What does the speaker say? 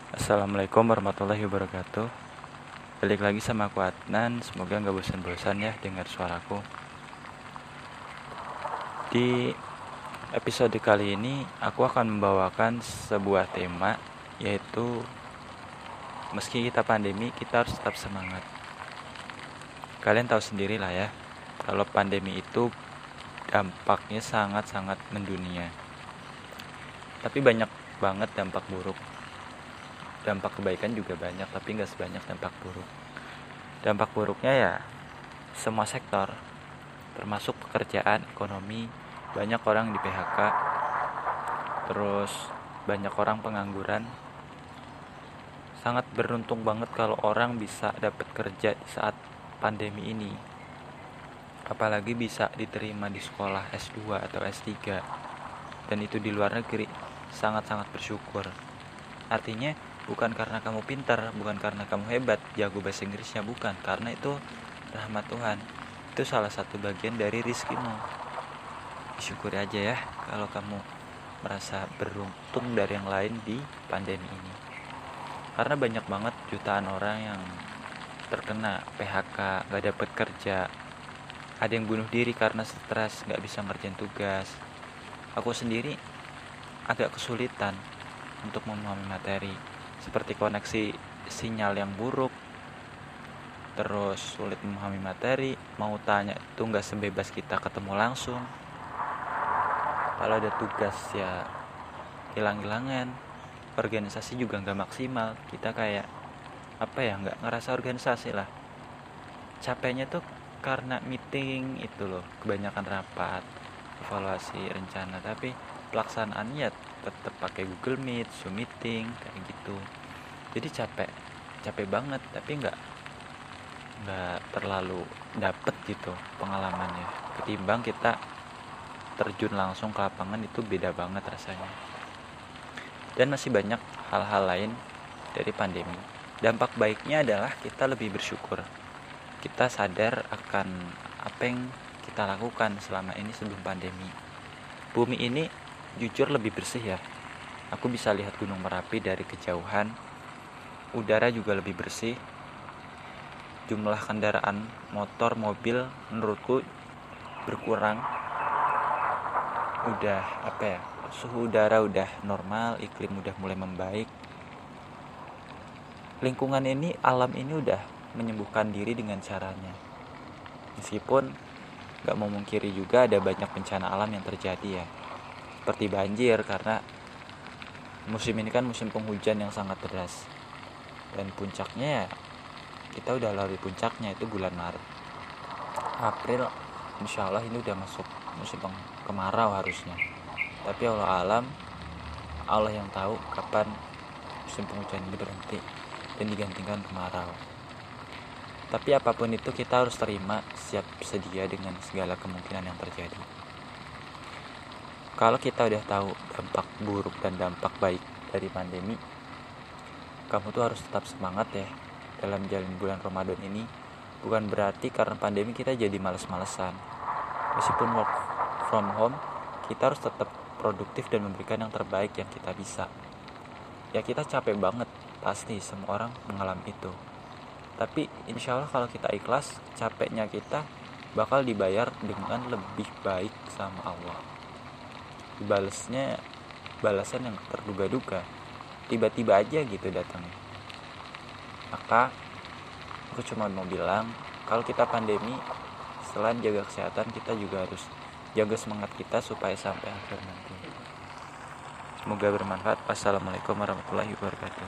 Assalamualaikum warahmatullahi wabarakatuh. Balik lagi sama aku Adnan. Semoga gak bosan-bosan ya dengar suaraku. Di episode kali ini aku akan membawakan sebuah tema, yaitu meski kita pandemi, kita harus tetap semangat. Kalian tahu sendiri lah ya, kalau pandemi itu dampaknya sangat-sangat mendunia. Tapi banyak banget dampak buruk. Dampak kebaikan juga banyak, tapi gak sebanyak dampak buruk. Dampak buruknya ya semua sektor, termasuk pekerjaan, ekonomi. Banyak orang di PHK, terus banyak orang pengangguran. Sangat beruntung banget kalau orang bisa dapat kerja di saat pandemi ini, apalagi bisa diterima di sekolah S2 atau S3, dan itu di luar negeri. Sangat-sangat bersyukur. Artinya bukan karena kamu pintar, bukan karena kamu hebat, jago bahasa Inggrisnya, bukan. Karena itu rahmat Tuhan. Itu salah satu bagian dari rizkimu. Disyukuri aja ya kalau kamu merasa beruntung dari yang lain di pandemi ini. Karena banyak banget jutaan orang yang terkena PHK, gak dapet kerja. Ada yang bunuh diri karena stres, gak bisa ngerjain tugas. Aku sendiri agak kesulitan untuk memahami materi, seperti koneksi sinyal yang buruk, terus sulit memahami materi, mau tanya itu gak sebebas kita ketemu langsung. Kalau ada tugas ya hilang-hilangan, organisasi juga gak maksimal. Kita kayak gak ngerasa organisasi lah. Capeknya tuh karena meeting itu loh, kebanyakan rapat, evaluasi rencana, tapi pelaksanaannya tetap pakai Google Meet, Zoom meeting kayak gitu. Jadi capek banget, tapi nggak terlalu dapet gitu pengalamannya. Ketimbang kita terjun langsung ke lapangan, itu beda banget rasanya. Dan masih banyak hal-hal lain dari pandemi. Dampak baiknya adalah kita lebih bersyukur. Kita sadar akan apa yang kita lakukan selama ini sebelum pandemi. Bumi ini jujur lebih bersih ya. Aku bisa lihat Gunung Merapi dari kejauhan. Udara juga lebih bersih. Jumlah kendaraan motor, mobil menurutku berkurang. Suhu udara udah normal, iklim udah mulai membaik. Lingkungan ini, alam ini udah menyembuhkan diri dengan caranya. Meskipun gak mau mungkiri juga ada banyak bencana alam yang terjadi ya, seperti banjir, karena musim ini kan musim penghujan yang sangat deras. Dan puncaknya ya, kita udah lalui puncaknya, itu bulan Maret. April insya Allah ini udah masuk musim kemarau harusnya. Tapi Allah yang tahu kapan musim penghujan ini berhenti dan digantikan kemarau. Tapi apapun itu kita harus terima, siap sedia dengan segala kemungkinan yang terjadi. Kalau kita udah tahu dampak buruk dan dampak baik dari pandemi, kamu tuh harus tetap semangat ya dalam jalan bulan Ramadan ini. Bukan berarti karena pandemi kita jadi males-malesan. Meskipun work from home, kita harus tetap produktif dan memberikan yang terbaik yang kita bisa. Ya kita capek banget, pasti semua orang mengalami itu. Tapi insya Allah kalau kita ikhlas, capeknya kita bakal dibayar dengan lebih baik sama Allah. Dibalasnya balasan yang terduga-duga, tiba-tiba aja gitu datangnya. Maka aku cuma mau bilang, kalau kita pandemi, selain jaga kesehatan, kita juga harus jaga semangat kita supaya sampai akhir nanti. Semoga bermanfaat. Wassalamualaikum warahmatullahi wabarakatuh.